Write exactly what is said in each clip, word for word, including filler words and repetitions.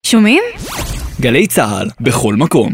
שומעים? גלי צהל בכל מקום.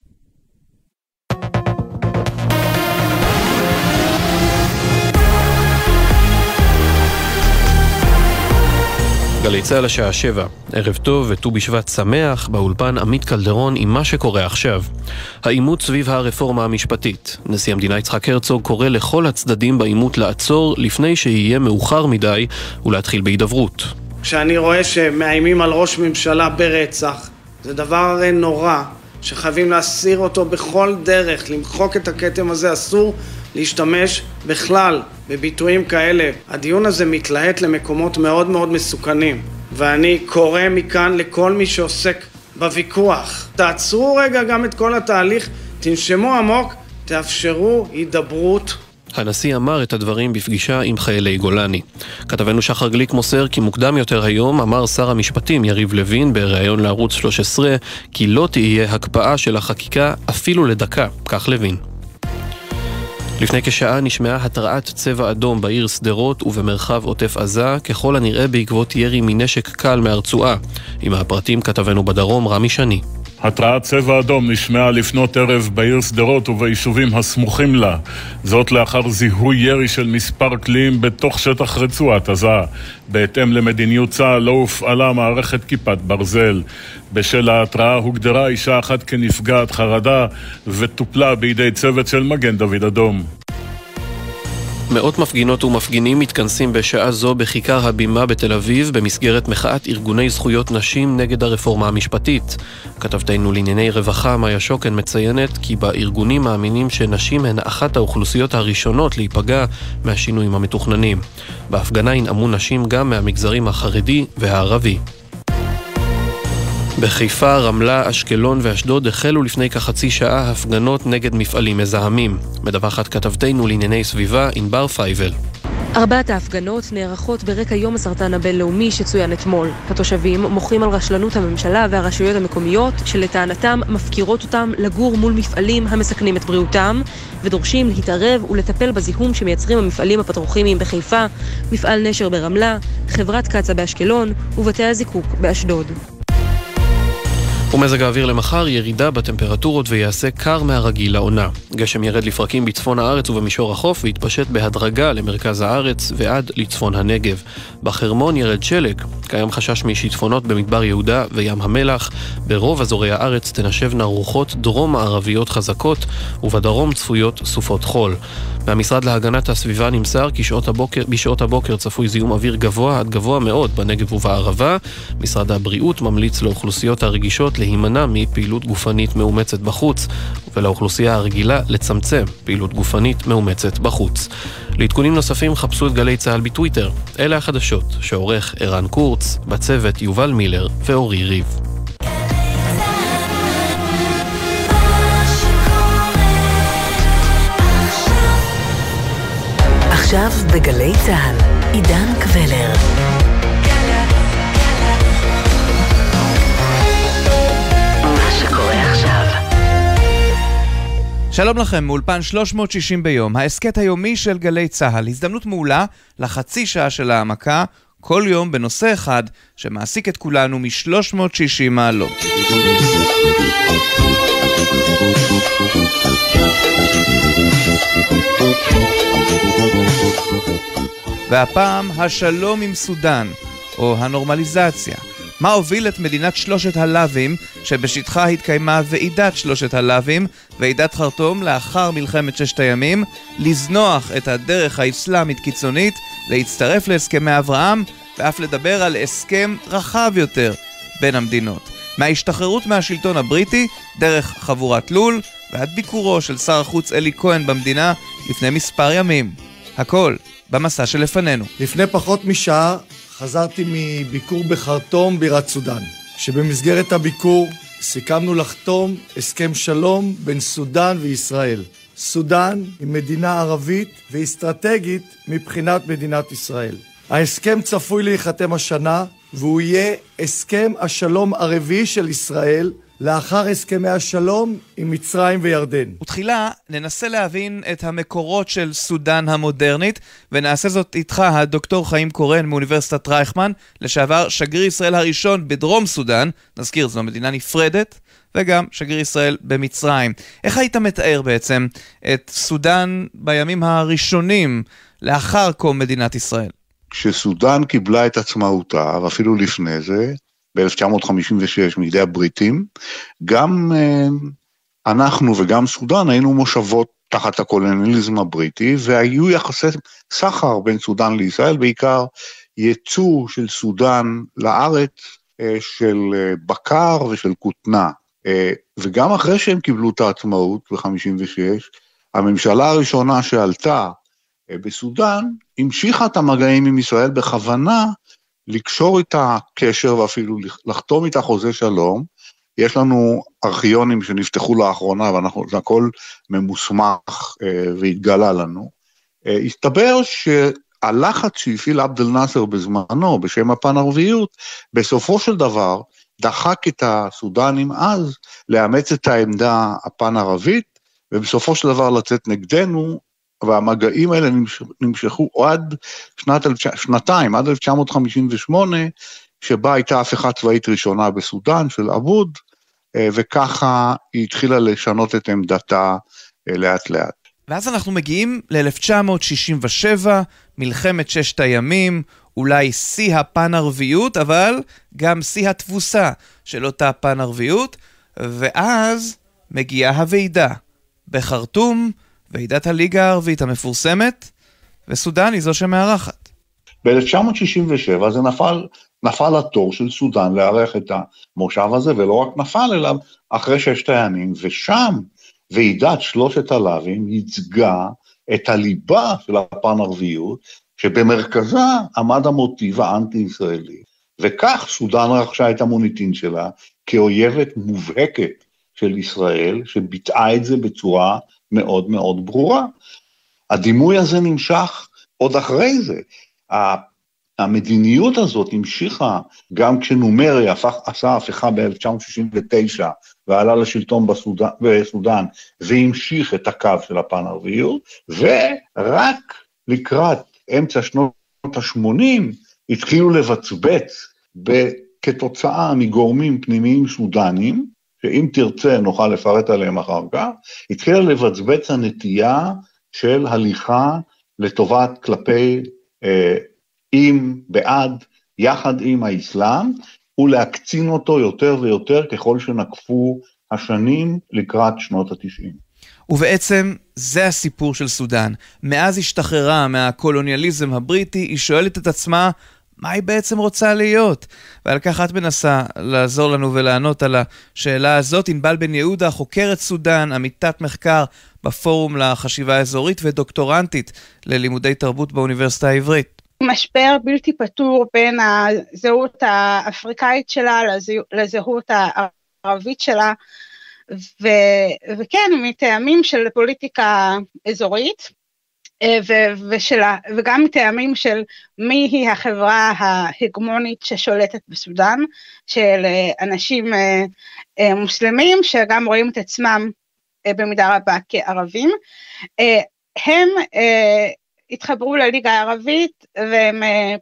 גלי צהל השעה שבע, ערב טוב וט"ו בשבט שמח, באולפן עמית קלדרון עם מה שקורה עכשיו. העימות סביב הרפורמה המשפטית. נשיא המדינה יצחק הרצוג קורא לכל הצדדים בעימות לעצור לפני שיהיה מאוחר מדי ולהתחיל בהידברות. כשאני רואה שמאיימים על ראש ממשלה ברצח, זה דבר נורא שחייבים להסיר אותו בכל דרך, למחוק את הכתם הזה, אסור להשתמש בכלל בביטויים כאלה. הדיון הזה מתלהט למקומות מאוד מאוד מסוכנים, ואני קורא מכאן לכל מי שעוסק בוויכוח, תעצרו רגע גם את כל התהליך, תנשמו עמוק, תאפשרו הידברות. הנשיא אמר את הדברים בפגישה עם חיילי גולני. כתבנו שחר גליק מוסר כי מוקדם יותר היום אמר שר המשפטים יריב לוין בראיון לערוץ שלוש עשרה כי לא תהיה הקפאה של החקיקה אפילו לדקה, כך לוין. לפני כשעה נשמעה התרעת צבע אדום בעיר סדרות ובמרחב עוטף עזה, ככל הנראה בעקבות ירי מנשק קל מהרצועה. עם הפרטים כתבנו בדרום רמי שני. התרעת צבע אדום נשמעה לפנות ערב בעיר סדרות וביישובים הסמוכים לה. זאת לאחר זיהוי ירי של מספר כלים בתוך שטח רצועת עזה. בהתאם למדיניות צה"ל לא הופעלה מערכת כיפת ברזל. בשל ההתרעה הוגדרה אישה אחת כנפגעת חרדה וטופלה בידי צוות של מגן דוד אדום. מאות מפגינות ומפגינים מתכנסים בשעה זו בכיכר הבימה בתל אביב במסגרת מחאת ארגוני זכויות נשים נגד הרפורמה המשפטית. כתבתנו לענייני רווחה מאיה שוקן מציינת כי בארגונים מאמינים שנשים הן אחת האוכלוסיות הראשונות להיפגע מהשינויים המתוכננים. בהפגנה ינאמו נשים גם מהמגזרים החרדי והערבי. בחיפה, רמלה, אשקלון ואשדוד החלו לפני כחצי שעה הפגנות נגד מפעלים מזהמים. מדווחת כתבתנו לענייני סביבה ענבר פייבל. ארבעת ההפגנות נערכות ברקע יום הסרטן הבינלאומי שצוין אתמול. התושבים מוחים על רשלנות הממשלה והרשויות המקומיות שלטענתם מפקירות אותם לגור מול מפעלים המסכנים את בריאותם ודורשים להתערב ולטפל בזיהום שמייצרים המפעלים הפטרוכימיים בחיפה, מפעל נשר ברמלה, חברת קצה באשקלון ובתי הזיקוק באשדוד. ומזג האוויר למחר ירידה בטמפרטורות ויעשה קר מהרגיל לעונה. גשם ירד לפרקים בצפון הארץ ובמישור החוף והתפשט בהדרגה למרכז הארץ ועד לצפון הנגב. בחרמון ירד שלג, קיים חשש משיטפונות במדבר יהודה וים המלח. ברוב אזורי הארץ תנשבנה רוחות דרום מערביות חזקות ובדרום צפויות סופות חול. מהמשרד להגנת הסביבה נמסר כי שעות הבוקר, בשעות הבוקר צפוי זיהום אוויר גבוה עד גבוה מאוד בנגב ובערבה. משרד הבריאות ממליץ לאוכלוסיות הרגישות להימנע מפעילות גופנית מאומצת בחוץ, ולאוכלוסייה הרגילה לצמצם פעילות גופנית מאומצת בחוץ. לעדכונים נוספים חפשו את גלי צהל בטוויטר. אלה החדשות שעורך ערן קורץ, בצוות יובל מילר ואורי ריב. עכשיו בגלי צהל, עידן קבלר. שלום לכם, מאולפן שלוש מאות שישים ביום, העסקת היומי של גלי צהל, הזדמנות מעולה לחצי שעה של העמקה, כל יום בנושא אחד שמעסיק את כולנו מ-שלוש מאות שישים מעלות. והפעם השלום עם סודן, או הנורמליזציה. מה הוביל את מדינת שלושת הלאווים שבשטחה התקיימה ועידת שלושת הלאווים, ועידת חרטום לאחר מלחמת ששת הימים, לזנוח את הדרך האסלאמית קיצונית, להצטרף להסכמי אברהם ואף לדבר על הסכם רחב יותר בין המדינות. מההשתחררות מהשלטון הבריטי דרך חבורת לול ועד ביקורו של שר החוץ אלי כהן במדינה לפני מספר ימים. הכל במסע שלפנינו. לפני פחות משעה חזרתי מביקור בחרטום בירת סודן, שבמסגרת הביקור סיכמנו לחתום הסכם שלום בין סודן וישראל. סודן היא מדינה ערבית ואסטרטגית מבחינת מדינת ישראל. ההסכם צפוי להיחתם השנה, והוא יהיה הסכם השלום הרביעי של ישראל לאחר הסכמי השלום עם מצרים וירדן. ותחילה ננסה להבין את המקורות של סודן המודרנית, ונעשה זאת איתך, הדוקטור חיים קורן מאוניברסיטת רייכמן, לשעבר שגריר ישראל הראשון בדרום סודן, נזכיר זו מדינה נפרדת, וגם שגריר ישראל במצרים. איך היית מתאר בעצם את סודן בימים הראשונים לאחר קום מדינת ישראל? כשסודן קיבלה את עצמאותה, ואפילו לפני זה, ב-אלף תשע מאות חמישים ושש מידי הבריטים, גם אה, אנחנו וגם סודן היינו מושבות תחת הקולוניאליזם הבריטי, והיו יחסי סחר בין סודן לישראל, בעיקר ייצוא של סודן לארץ אה, של אה, בקר ושל כותנה. אה, וגם אחרי שהם קיבלו את העצמאות ב-חמישים ושש, הממשלה הראשונה שעלתה אה, בסודן, המשיכה את המגעים עם ישראל בכוונה, לקשור איתה קשר ואפילו לחתום איתה חוזה שלום. יש לנו ארכיונים שנפתחו לאחרונה, ואנחנו, זה הכל ממוסמך אה, והתגלה לנו. אה, הסתבר שהלחץ שהפעיל עבד אל-נאצר בזמנו, בשם הפן-ערביות, בסופו של דבר דחק את הסודנים אז לאמץ את העמדה הפן-ערבית, ובסופו של דבר לצאת נגדנו, והמגעים האלה נמשכו עד שנת, שנתיים, עד אלף תשע מאות חמישים ושמונה, שבה הייתה הפיכה צבאית ראשונה בסודן של עבוד, וככה היא התחילה לשנות את עמדתה לאט לאט. ואז אנחנו מגיעים ל-אלף תשע מאות שישים ושבע, מלחמת ששת הימים, אולי שיא הפן-ערביות, אבל גם שיא התבוסה של אותה פן-ערביות, ואז מגיעה הוועידה בחרטום, ועידת הליגה הערבית המפורסמת, וסודן היא זו שמארחת. ב-אלף תשע מאות שישים ושבע זה נפל, נפל התור של סודן לארח את המושב הזה, ולא רק נפל אלא אחרי ששת הימים, ושם ועידת שלושת הלאווים ייצגה את הליבה של הפן-ערביות, שבמרכזה עמד המוטיב האנטי-ישראלי, וכך סודן רכשה את המוניטין שלה כאויבת מובהקת של ישראל, שביטאה את זה בצורה מאוד מאוד ברורה. הדימוי הזה נמשך עוד אחרי זה. המדיניות הזאת המשיכה גם כשנומרי הפך, עשה הפיכה ב-אלף תשע מאות שישים ותשע ועלה לשלטון בסודן, בסודן והמשיך את הקו של הפן-ערביות, ורק לקראת אמצע שנות ה-שמונים התחילו לבצבץ כתוצאה מגורמים פנימיים סודנים, שאם תרצה נוכל לפרט עליהם אחר כך, התחילה לבצבץ הנטייה של הליכה לטובת כלפי אה, עם, בעד, יחד עם האסלאם, ולהקצין אותו יותר ויותר ככל שנקפו השנים לקראת שנות ה-תשעים. ובעצם זה הסיפור של סודן. מאז השתחררה מהקולוניאליזם הבריטי, היא שואלת את עצמה, מה היא בעצם רוצה להיות? ועל כך את מנסה לעזור לנו ולענות על השאלה הזאת. ענבל בן יהודה, חוקרת סודן, עמיתת מחקר בפורום לחשיבה האזורית ודוקטורנטית ללימודי תרבות באוניברסיטה העברית. משבר בלתי פתור בין הזהות האפריקאית שלה לזהות הערבית שלה, ו- וכן, מטעמים של פוליטיקה אזורית, ו- ושלה, וגם מטעמים של מי היא החברה ההגמונית ששולטת בסודן, של אנשים מוסלמים שגם רואים את עצמם במידה רבה כערבים. הם התחברו לליגה הערבית, והם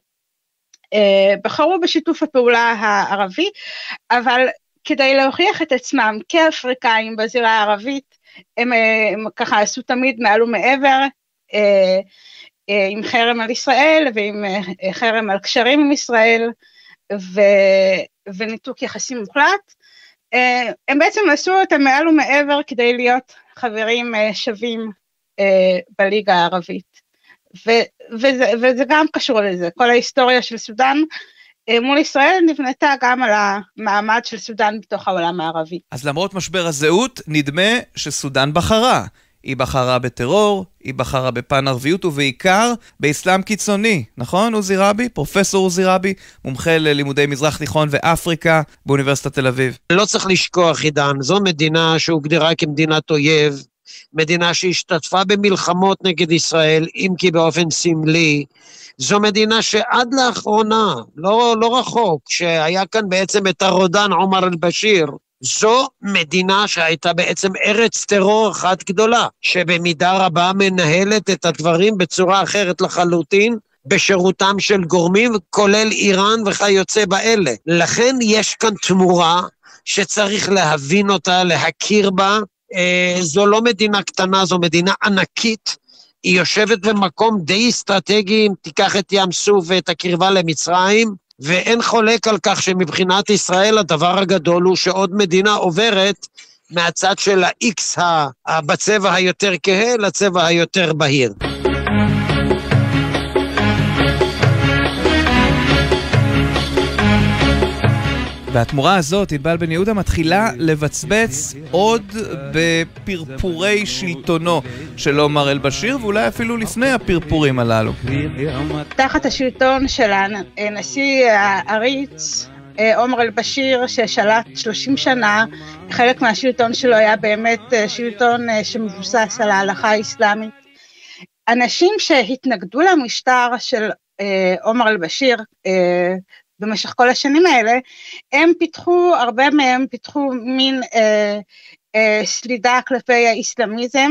בחרו בשיתוף הפעולה הערבי, אבל כדי להוכיח את עצמם כאפריקאים בזירה הערבית, הם, הם ככה עשו תמיד מעל ומעבר, אה, אה, עם חרם על ישראל, ועם אה, חרם על קשרים עם ישראל, ו, וניתוק יחסים מוחלט. אה, הם בעצם עשו את המעל ומעבר כדי להיות חברים אה, שווים אה, בליגה הערבית. ו, וזה, וזה גם קשור לזה, כל ההיסטוריה של סודן, מול ישראל נבנתה גם על המעמד של סודן בתוך העולם הערבי. אז למרות משבר הזהות, נדמה שסודן בחרה. היא בחרה בטרור, היא בחרה בפן ערביות, ובעיקר באסלאם קיצוני. נכון, עוזי רבי? פרופסור עוזי רבי, מומחה ללימודי מזרח תיכון ואפריקה באוניברסיטת תל אביב. לא צריך לשכוח, עידן, זו מדינה שהוגדרה כמדינת אויב, מדינה שהשתתפה במלחמות נגד ישראל, אם כי באופן סמלי, זו מדינה שעד לאחרונה, לא, לא רחוק, שהיה כאן בעצם את הרודן עומר אל-בשיר, זו מדינה שהייתה בעצם ארץ טרור אחת גדולה, שבמידה רבה מנהלת את הדברים בצורה אחרת לחלוטין, בשירותם של גורמים, כולל איראן וכיוצא באלה. לכן יש כאן תמורה שצריך להבין אותה, להכיר בה. אה, זו לא מדינה קטנה, זו מדינה ענקית. היא יושבת במקום די אסטרטגי, אם תיקח את ים סוף ואת הקרבה למצרים, ואין חולק על כך שמבחינת ישראל הדבר הגדול הוא שעוד מדינה עוברת מהצד של ה-X בצבע היותר כהה לצבע היותר בהיר. והתמורה הזאת, ענבל בן יהודה, מתחילה לבצבץ עוד בפרפורי שלטונו של עומר אל-בשיר, ואולי אפילו לפני הפרפורים הללו. תחת השלטון של הנשיא העריץ, עומר אל-בשיר, ששלט שלושים שנה, חלק מהשלטון שלו היה באמת שלטון שמבוסס על ההלכה האסלאמית. אנשים שהתנגדו למשטר של עומר אל-בשיר, במשך כל השנים האלה, הם פיתחו, הרבה מהם פיתחו מין אה, אה, סלידה כלפי האסלאמיזם,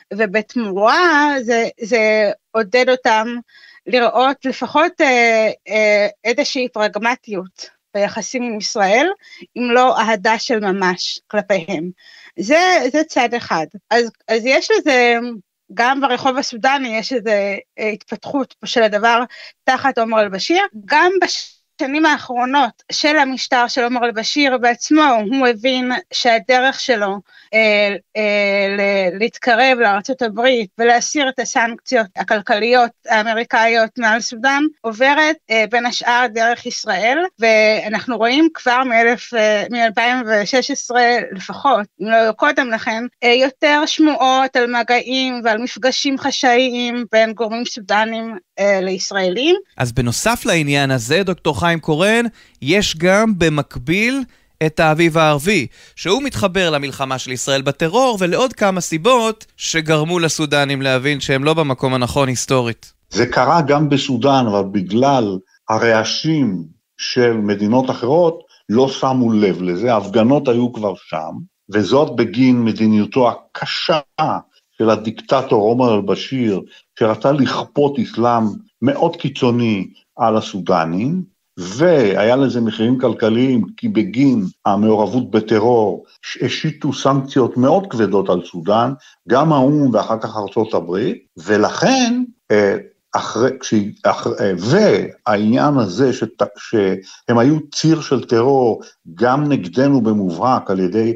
ובתמורה זה, זה עודד אותם לראות לפחות אה, אה, איזושהי פרגמטיות ביחסים עם ישראל, אם לא אהדה של ממש כלפיהם. זה, זה צד אחד. אז, אז יש לזה, גם ברחוב הסודני יש איזו התפתחות של הדבר תחת עומר אל-בשיר, גם בש... בשנים האחרונות של המשטר של עומר אל-בשיר בעצמו, הוא הבין שהדרך שלו אה, אה, להתקרב לארצות הברית ולהסיר את הסנקציות הכלכליות האמריקאיות מעל סודן, עוברת אה, בין השאר דרך ישראל, ואנחנו רואים כבר מ-אלפיים ושש עשרה לפחות, אם לא קודם לכן, אה, יותר שמועות על מגעים ועל מפגשים חשאיים בין גורמים סודנים אה, לישראלים. אז בנוסף לעניין הזה, דוקטור חיים קורן, יש גם במקביל את האביב הערבי, שהוא מתחבר למלחמה של ישראל בטרור, ולעוד כמה סיבות שגרמו לסודנים להבין שהם לא במקום הנכון היסטורית. זה קרה גם בסודן, אבל בגלל הרעשים של מדינות אחרות, לא שמו לב לזה, ההפגנות היו כבר שם, וזאת בגין מדיניותו הקשה של הדיקטטור עומר אל-בשיר, שרצה לכפות אסלאם מאוד קיצוני על הסודנים, והיה לזה מחירים כלכליים, כי בגין המעורבות בטרור, השיתו סנקציות מאוד כבדות על סודן, גם האו"ם ואחר כך ארצות הברית, ולכן, אחרי, אחרי, והעניין הזה שת, שהם היו ציר של טרור, גם נגדנו במובהק על ידי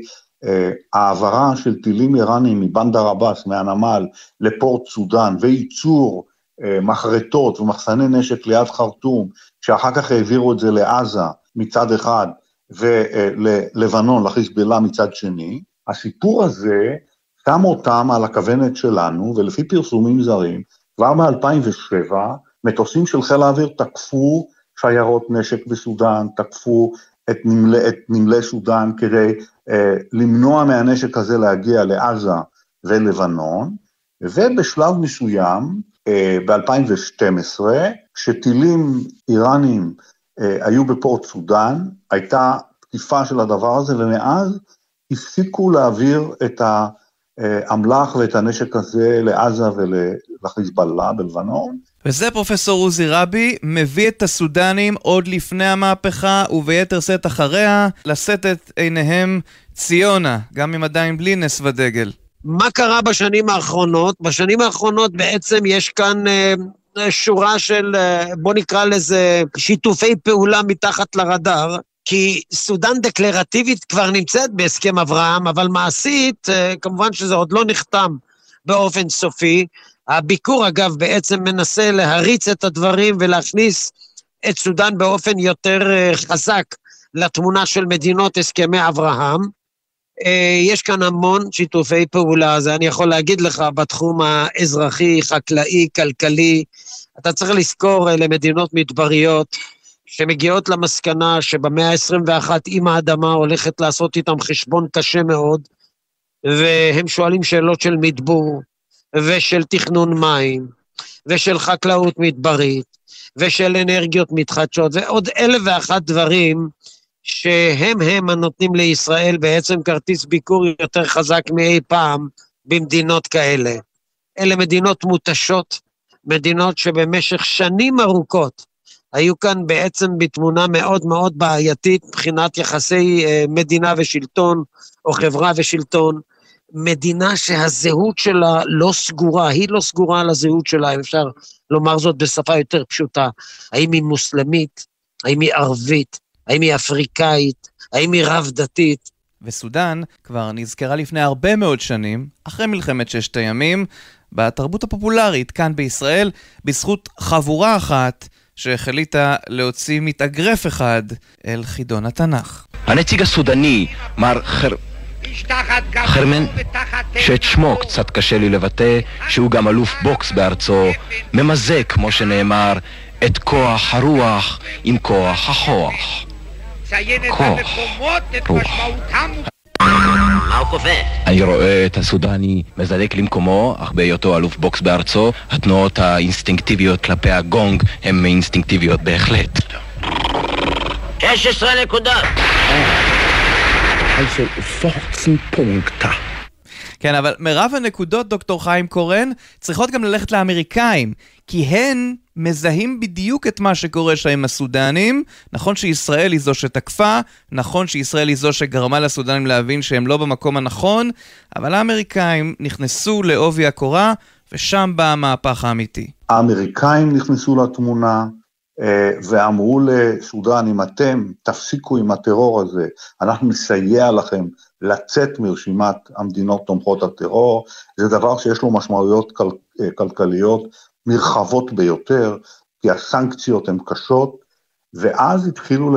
העברה של טילים איראנים מבנדר עבאס, מהנמל, לפורט סודן, וייצור מחרטות ומחסני נשק ליד חרטום, שאחר כך העבירו את זה לעזה מצד אחד, ולבנון, לחיזבאללה מצד שני, הסיפור הזה שם אותם על הכוונת שלנו, ולפי פרסומים זרים, כבר ב-אלפיים ושבע, מטוסים של חיל האוויר תקפו שיירות נשק בסודן, תקפו את נמלי, את נמלי סודן, כדי אה, למנוע מהנשק הזה להגיע לעזה ולבנון, ובשלב מסוים, אה, ב-אלפיים ושתים עשרה, כשטילים איראנים אה, היו בפורט סודן, הייתה תקיפה של הדבר הזה, ומאז הפסיקו להעביר את האמל"ח ואת הנשק הזה לעזה ולחיזבאללה בלבנון. וזה פרופסור עוזי רבי, מביא את הסודנים עוד לפני המהפכה וביתר שאת אחריה, לשאת את עיניהם ציונה, גם אם עדיין בלי נס ודגל. מה קרה בשנים האחרונות? בשנים האחרונות בעצם יש כאן אה, שורה של, אה, בוא נקרא לזה, שיתופי פעולה מתחת לרדאר, כי סודן דקלרטיבית כבר נמצאת בהסכם אברהם, אבל מעשית, אה, כמובן שזה עוד לא נחתם באופן סופי. הביקור אגב בעצם מנסה להריץ את הדברים ולהכניס את סודן באופן יותר אה, חזק לתמונה של מדינות הסכמי אברהם. יש כאן המון שיתופי פעולה, זה אני יכול להגיד לך בתחום האזרחי, חקלאי, כלכלי, אתה צריך לזכור למדינות מדבריות שמגיעות למסקנה שבמאה ה-עשרים ואחת עם האדמה הולכת לעשות איתם חשבון קשה מאוד, והם שואלים שאלות של מדבור, ושל תכנון מים, ושל חקלאות מדברית, ושל אנרגיות מתחדשות, ועוד אלף ואחת דברים שהם הם הנותנים לישראל בעצם כרטיס ביקור יותר חזק מאי פעם במדינות כאלה. אלה מדינות מותשות, מדינות שבמשך שנים ארוכות היו כאן בעצם בתמונה מאוד מאוד בעייתית מבחינת יחסי מדינה ושלטון או חברה ושלטון, מדינה שהזהות שלה לא סגורה, היא לא סגורה על הזהות שלה, אם אפשר לומר זאת בשפה יותר פשוטה, האם היא מוסלמית, האם היא ערבית, האם היא אפריקאית, האם היא רב דתית. וסודן כבר נזכרה לפני הרבה מאוד שנים, אחרי מלחמת ששת הימים, בתרבות הפופולרית כאן בישראל, בזכות חבורה אחת שהחליטה להוציא מתאגרף אחד אל חידון התנ"ך. הנציג הסודני, מר חר... חרמן, שאת שמו קצת קשה לי לבטא, שהוא גם אלוף בוקס בארצו, ממזג, כמו שנאמר, את כוח הרוח עם כוח הכוח. כוח, רוח. מה הוא קובע? אני רואה את הסודני מזדק למקומו, אך בהיותו אלוף בוקס בארצו, התנועות האינסטינקטיביות כלפי הגונג הן אינסטינקטיביות בהחלט. שש עשרה נקודות. Also vierzehn Punkte. כן, אבל מרב הנקודות, דוקטור חיים קורן, צריכות גם ללכת לאמריקאים, כי הן מזהים בדיוק את מה שקורה שם עם הסודנים. נכון שישראל היא זו שתקפה, נכון שישראל היא זו שגרמה לסודנים להבין שהם לא במקום הנכון, אבל האמריקאים נכנסו לעובי הקורה, ושם בא המהפך האמיתי. האמריקאים נכנסו לתמונה, ואמרו לסודן, אם אתם תפסיקו עם הטרור הזה, אנחנו נסייע לכם לצאת מרשימת המדינות תומכות הטרור. זה דבר שיש לו משמעויות כל, כלכליות נרחבות ביותר, כי הסנקציות הן קשות, ואז התחילו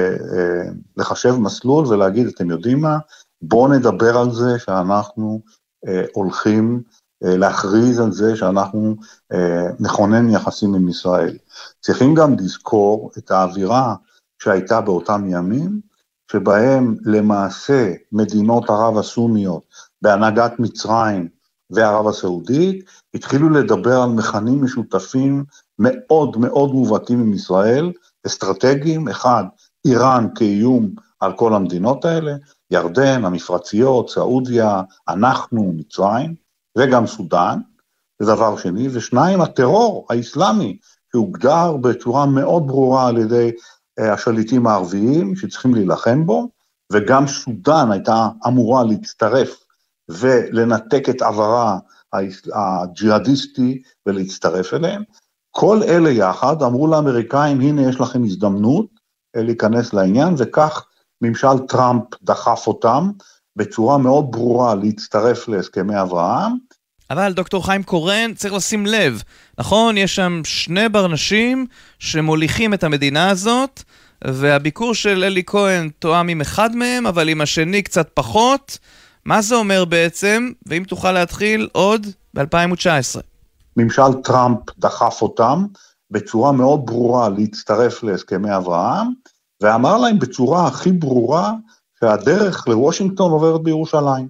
לחשב מסלול ולהגיד, אתם יודעים מה, בואו נדבר על זה שאנחנו הולכים להכריז על זה שאנחנו נכונן יחסים עם ישראל. צריכים גם לזכור את האווירה שהייתה באותם ימים, שבהם למעשה מדינות ערב הסוניות, בהנהגת מצרים וערב הסעודית, התחילו לדבר על מכנים משותפים מאוד מאוד מובהקים עם ישראל, אסטרטגיים, אחד, איראן כאיום על כל המדינות האלה, ירדן, המפרציות, סעודיה, אנחנו, מצרים, וגם סודן, זה דבר שני, ושניים, הטרור האסלאמי, שהוגדר בצורה מאוד ברורה על ידי השליטים הערביים, שצריכים להילחם בו, וגם סודן הייתה אמורה להצטרף, ולנתק את עברה הג'יהאדיסטי, ולהצטרף אליהם. כל אלה יחד אמרו לאמריקאים, הנה יש לכם הזדמנות להיכנס לעניין, וכך ממשל טראמפ דחף אותם, בצורה מאוד ברורה להצטרף להסכמי אברהם. אבל דוקטור חיים קורן צריך לשים לב, נכון? יש שם שני ברנשים שמוליכים את המדינה הזאת, והביקור של אלי כהן תואם עם אחד מהם, אבל עם השני קצת פחות. מה זה אומר בעצם? ואם תוכל להתחיל עוד ב-אלפיים תשע עשרה. ממשל טראמפ דחף אותם בצורה מאוד ברורה להצטרף להסכמי אברהם, ואמר להם בצורה הכי ברורה, שהדרך לוושינגטון עוברת בירושלים.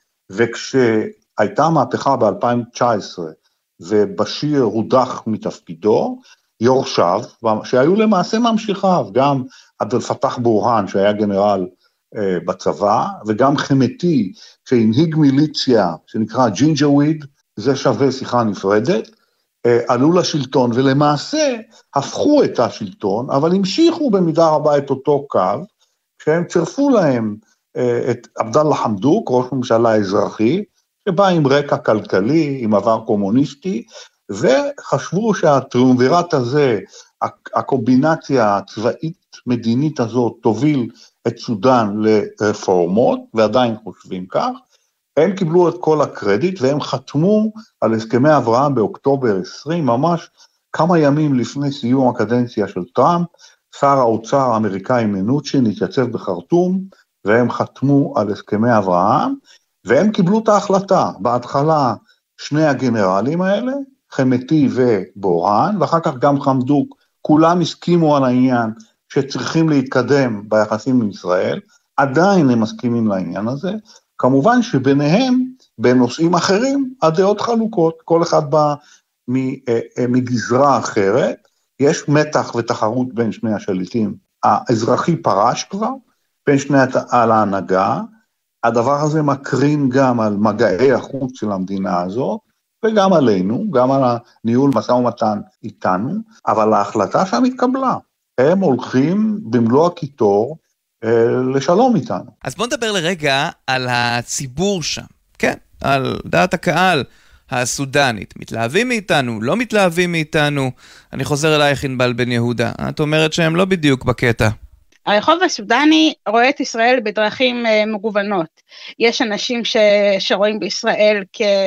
וכשהייתה מהפכה ב-אלפיים תשע עשרה, ובשיר הודח מתפקידו, יורשיו, שהיו למעשה ממשיכיו, גם עבד אל פתח בורהאן, שהיה גנרל אה, בצבא, וגם חמתי, שהנהיג מיליציה, שנקרא ג'ינג'וויד, זה שווה שיחה נפרדת, אה, עלו לשלטון, ולמעשה הפכו את השלטון, אבל המשיכו במידה רבה את אותו קו, שהם צירפו להם את עבדאללה חמדוק, ראש ממשלה אזרחי, שבא עם רקע כלכלי, עם עבר קומוניסטי, וחשבו שהטריומווירט הזה, הקומבינציה הצבאית-מדינית הזאת, תוביל את סודן לרפורמות, ועדיין חושבים כך. הם קיבלו את כל הקרדיט, והם חתמו על הסכמי אברהם באוקטובר עשרים, ממש כמה ימים לפני סיום הקדנציה של טראמפ, שר האוצר האמריקאי מנוצ'ין התייצב בחרטום, והם חתמו על הסכמי אברהם, והם קיבלו את ההחלטה, בהתחלה שני הגנרלים האלה, חמתי ובורהאן, ואחר כך גם חמדוק, כולם הסכימו על העניין שצריכים להתקדם ביחסים עם ישראל, עדיין הם מסכימים לעניין הזה, כמובן שביניהם, בנושאים אחרים, הדעות חלוקות, כל אחד בא מגזרה אחרת, יש מתח ותחרות בין שני השליטים, האזרחי פרש כבר, בין שני על ההנהגה, הדבר הזה מקרין גם על מגעי החוץ של המדינה הזו, וגם עלינו, גם על הניהול משא ומתן איתנו, אבל ההחלטה שם התקבלה. הם הולכים במלוא הקיטור לשלום איתנו. אז בוא נדבר לרגע על הציבור שם. כן, על דעת הקהל הסודנית. מתלהבים מאיתנו, לא מתלהבים מאיתנו. אני חוזר אלייך ענבל בן יהודה. את אומרת שהם לא בדיוק בקטע. הרחוב הסודני רואה את ישראל בדרכים uh, מגוונות. יש אנשים ש... שרואים בישראל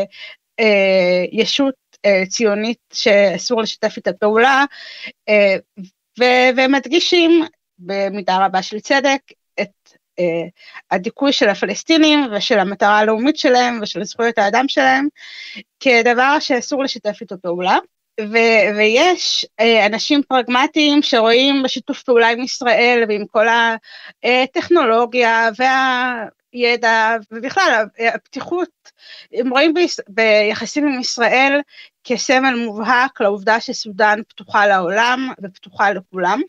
כישות uh, ציונית שאסור לשתף את הפעולה, uh, ו- ומדגישים במידה רבה של צדק את uh, הדיכוי של הפלסטינים ושל המטרה הלאומית שלהם ושל זכויות האדם שלהם, כדבר שאסור לשתף איתו פעולה. ו- ויש uh, אנשים פרגמטיים שרואים בשיתוף פעולה עם ישראל ועם כל הטכנולוגיה והידע ובכלל הפתיחות, הם רואים ביש- ביחסים עם ישראל כסמל מובהק לעובדה שסודן פתוחה לעולם ופתוחה לכולם,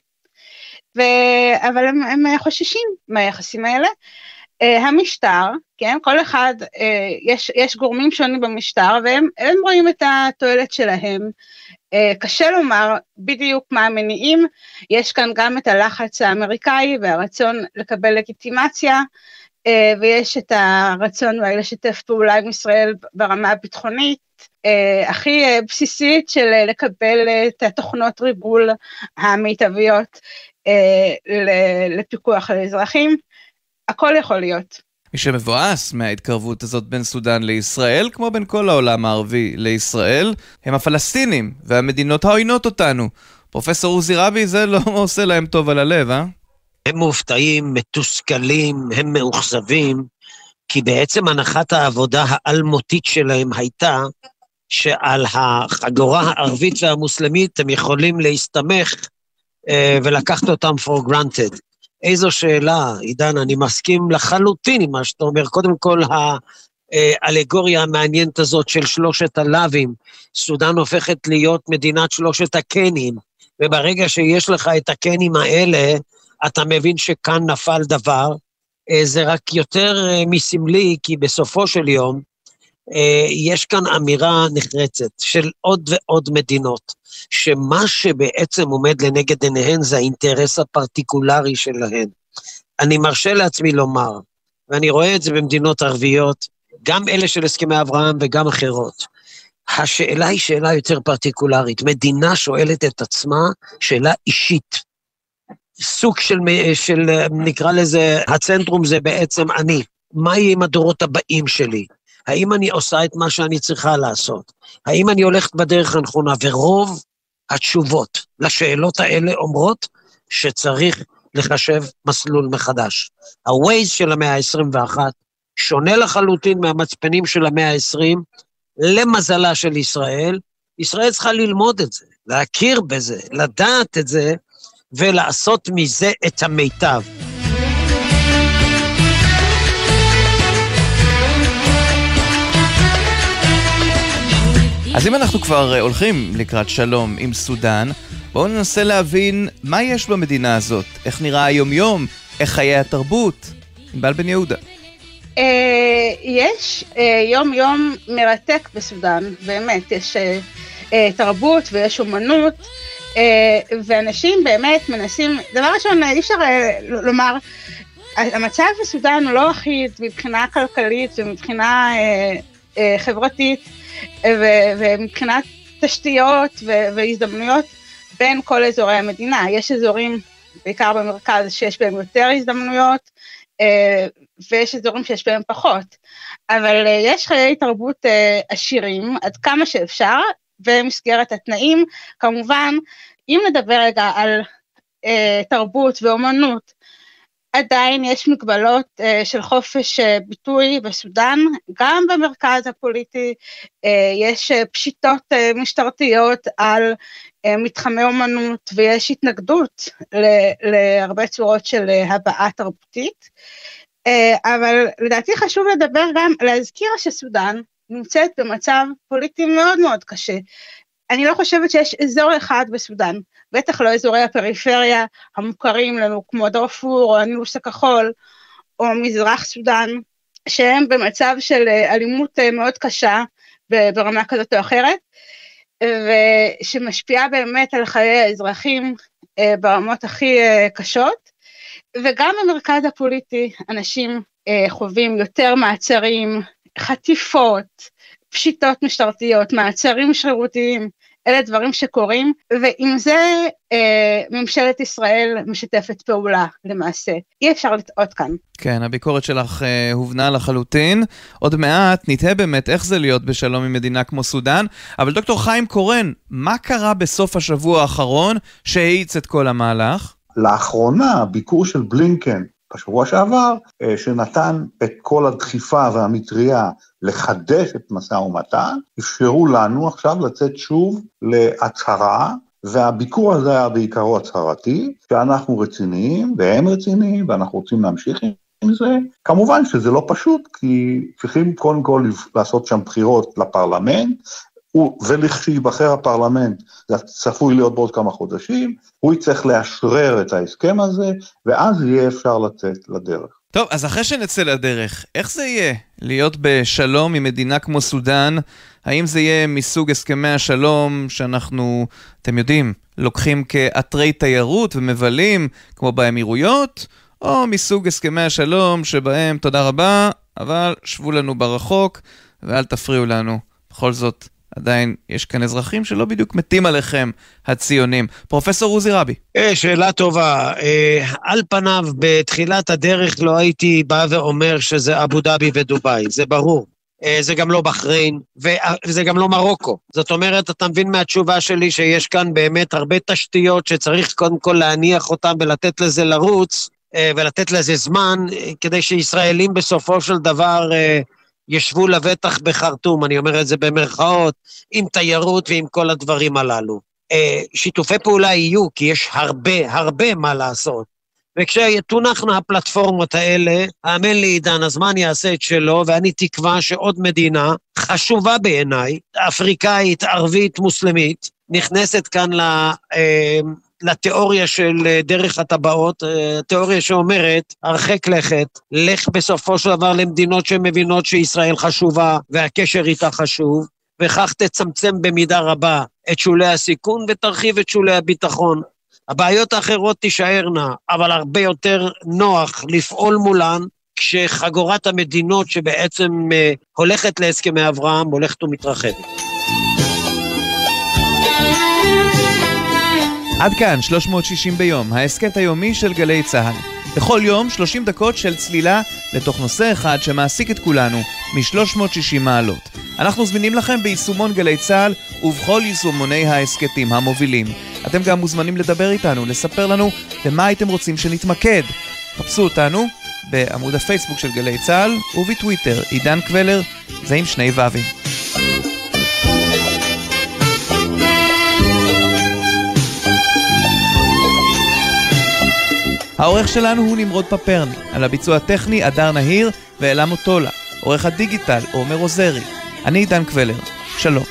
ו- אבל הם, הם חוששים מהיחסים האלה. Uh, המשטר, כן, כל אחד, uh, יש, יש גורמים שונים במשטר, והם הם רואים את התועלת שלהם. Uh, קשה לומר בדיוק מה המניעים, יש כאן גם את הלחץ האמריקאי, והרצון לקבל לגיטימציה, uh, ויש את הרצון אולי לשתף פעולה עם ישראל ברמה הביטחונית, uh, הכי uh, בסיסית של uh, לקבל uh, את התוכנות ריבול המיטביות uh, לפיקוח על האזרחים, הכל יכול להיות. מי שמבואס מההתקרבות הזאת בין סודן לישראל, כמו בין כל העולם הערבי לישראל, הם הפלסטינים והמדינות העוינות אותנו. פרופסור עוזי רבי, זה לא עושה להם טוב על הלב, אה? הם מופתעים, מתוסכלים, הם מאוכזבים, כי בעצם הנחת העבודה האלמותית שלהם הייתה, שעל החגורה הערבית והמוסלמית הם יכולים להסתמך אה, ולקחת אותם for granted. איזו שאלה, עידן, אני מסכים לחלוטין עם מה שאתה אומר. קודם כל, האלגוריה המעניינת הזאת של שלושת הלאווים, סודן הופכת להיות מדינת שלושת הקנים, וברגע שיש לך את הקנים האלה, אתה מבין שכאן נפל דבר. זה רק יותר מסמלי, כי בסופו של יום, יש כאן אמירה נחרצת של עוד ועוד מדינות, שמה שבעצם עומד לנגד עיניהן זה האינטרס הפרטיקולרי שלהן. אני מרשה לעצמי לומר, ואני רואה את זה במדינות ערביות, גם אלה של הסכמי אברהם וגם אחרות, השאלה היא שאלה יותר פרטיקולרית, מדינה שואלת את עצמה שאלה אישית, סוג של, של נקרא לזה, הצנטרום זה בעצם אני, מה יהיה עם הדורות הבאים שלי? האם אני עושה את מה שאני צריכה לעשות? האם אני הולכת בדרך הנכונה? ורוב התשובות לשאלות האלה אומרות שצריך לחשב מסלול מחדש. ה-Waze של המאה ה-עשרים ואחת שונה לחלוטין מהמצפנים של המאה ה-עשרים, למזלה של ישראל. ישראל צריכה ללמוד את זה, להכיר בזה, לדעת את זה, ולעשות מזה את המיטב. אז אם אנחנו כבר הולכים לקראת שלום עם סודן, בואו ננסה להבין מה יש במדינה הזאת, איך נראה היום-יום, איך חיי התרבות. ענבל בן יהודה. יש יום-יום מרתק בסודן, באמת, יש תרבות ויש אומנות, ואנשים באמת מנסים, דבר ראשון, אי אפשר לומר, המצב בסודן הוא לא אחיד מבחינה כלכלית ומבחינה חברתית, ומבחינת תשתיות והזדמנויות בין כל אזורי המדינה. יש אזורים, בעיקר במרכז, שיש בהם יותר הזדמנויות, ויש אזורים שיש בהם פחות. אבל יש חיי תרבות עשירים, עד כמה שאפשר, במסגרת התנאים. כמובן, אם נדבר רגע על תרבות ואומנות, עדיין יש מגבלות uh, של חופש uh, ביטוי בסודן, גם במרכז הפוליטי uh, יש uh, פשיטות uh, משטרתיות על uh, מתחמי אומנות, ויש התנגדות ל- להרבה צורות של uh, הבעה תרבותית, uh, אבל לדעתי חשוב לדבר גם, להזכיר שסודן נמצאת במצב פוליטי מאוד מאוד קשה. אני לא חושבת שיש אזור אחד בסודן, בטח לא אזורי הפריפריה המוכרים לנו, כמו דארפור או הנילוס הכחול, או מזרח סודן, שהם במצב של אלימות מאוד קשה, ברמה כזאת או אחרת, ושמשפיעה באמת על חיי האזרחים ברמות הכי קשות, וגם במרכז הפוליטי אנשים חווים יותר מעצרים, חטיפות, פשיטות משטרתיות, מעצרים שרירותיים, אלה דברים שקורים, ועם זה אה, ממשלת ישראל משתפת פעולה למעשה. אי אפשר לטעות כאן. כן, הביקורת שלך אה, הובנה לחלוטין. עוד מעט נתהה באמת איך זה להיות בשלום עם מדינה כמו סודן, אבל דוקטור חיים קורן, מה קרה בסוף השבוע האחרון שהאיץ את כל המהלך? לאחרונה, הביקור של בלינקן, בשבוע שעבר, שנתן את כל הדחיפה והמטריה לחדש את משא ומתן, אפשרו לנו עכשיו לצאת שוב להצהרה, והביקור הזה היה בעיקרו הצהרתי, שאנחנו רציניים, והם רציניים, ואנחנו רוצים להמשיך עם זה. כמובן שזה לא פשוט, כי צריכים קודם כל לעשות שם בחירות לפרלמנט, ולכשייבחר הפרלמנט, זה צפוי להיות בעוד כמה חודשים, הוא יצטרך לאשרר את ההסכם הזה, ואז יהיה אפשר לצאת לדרך. טוב, אז אחרי שנצא לדרך, איך זה יהיה להיות בשלום עם מדינה כמו סודן? האם זה יהיה מסוג הסכמי השלום שאנחנו, אתם יודעים, לוקחים כאתרי תיירות ומבלים, כמו באמירויות, או מסוג הסכמי השלום שבהם תודה רבה, אבל שבו לנו ברחוק ואל תפריעו לנו. בכל זאת, עדיין יש כאן אזרחים שלא בדיוק מתים עליכם, הציונים. פרופסור עוזי רבי. שאלה טובה. על פניו, בתחילת הדרך לא הייתי בא ואומר שזה אבו דאבי ודוביי, זה ברור. זה גם לא בחריין, וזה גם לא מרוקו. זאת אומרת, אתה מבין מהתשובה שלי שיש כאן באמת הרבה תשתיות שצריך קודם כל להניח אותם ולתת לזה לרוץ, ולתת לזה זמן, כדי שישראלים בסופו של דבר ישבו לבטח בחרטום, אני אומר את זה במרכאות, עם תיירות ועם כל הדברים הללו. שיתופי פעולה יהיו, כי יש הרבה, הרבה מה לעשות. וכשתונחנו הפלטפורמות האלה, האמן לי עידן, הזמן יעשה את שלו, ואני תקווה שעוד מדינה חשובה בעיניי, אפריקאית, ערבית, מוסלמית, נכנסת כאן ל... לתיאוריה של דרך הטבעות, תיאוריה שאומרת, הרחק לכת, לך בסופו של דבר למדינות שמבינות שישראל חשובה, והקשר איתה חשוב, וכך תצמצם במידה רבה את שולי הסיכון, ותרחיב את שולי הביטחון. הבעיות האחרות תישארנה, אבל הרבה יותר נוח לפעול מולן, כשחגורת המדינות שבעצם הולכת להסכמי אברהם, הולכת ומתרחבת. עד כאן שלוש מאות ושישים ביום, ההסכת היומי של גלי צהל. בכל יום שלושים דקות של צלילה לתוך נושא אחד שמעסיק את כולנו מ-שלוש מאות ושישים מעלות. אנחנו זמינים לכם ביישומון גלי צהל ובכל יישומוני ההסכתים המובילים. אתם גם מוזמנים לדבר איתנו, לספר לנו במה הייתם רוצים שנתמקד. חפשו אותנו בעמוד הפייסבוק של גלי צהל ובטוויטר עידן קבלר, זה עם שני ו"ים. העורך שלנו הוא נמרוד פפרני, על הביצוע הטכני אדר נהיר ואלה מוטולה, עורך הדיגיטל עומר עוזרי. אני עידן קבלר, שלום.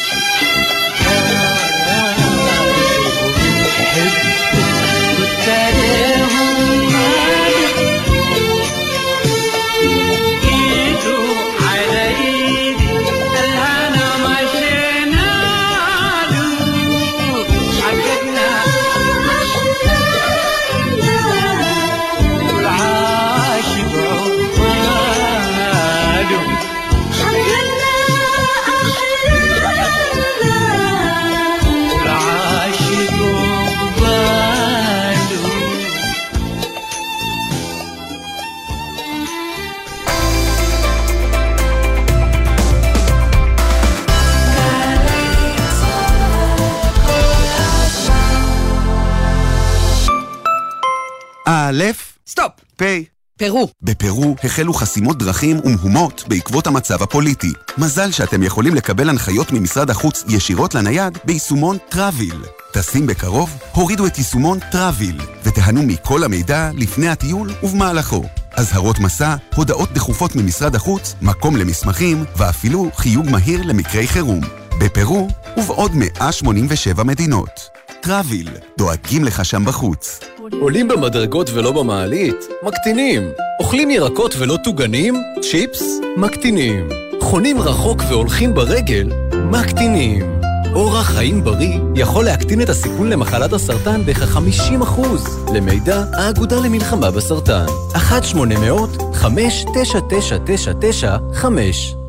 א', סטופ. פ', פרו. בפרו החלו חסימות דרכים ומהומות בעקבות המצב הפוליטי. מזל שאתם יכולים לקבל הנחיות ממשרד החוץ ישירות לנייד ביישומון טראביל. טסים בקרוב, הורידו את יישומון טראביל ותהנו מכל המידע לפני הטיול ובמהלכו. אזהרות מסע, הודעות דחופות ממשרד החוץ, מקום למסמכים ואפילו חיוג מהיר למקרי חירום. בפרו ובעוד מאה שמונים ושבע מדינות. טראביל, דואגים לך שם בחוץ. עולים במדרגות ולא במעלית? מקטינים. אוכלים ירקות ולא טוגנים? צ'יפס? מקטינים. חונים רחוק והולכים ברגל? מקטינים. אורח חיים בריא יכול להקטין את הסיכון למחלת הסרטן בכ-חמישים אחוז. למידע, האגודה למלחמה בסרטן. אחת שמונה אפס אפס חמש תשע תשע תשע תשע חמש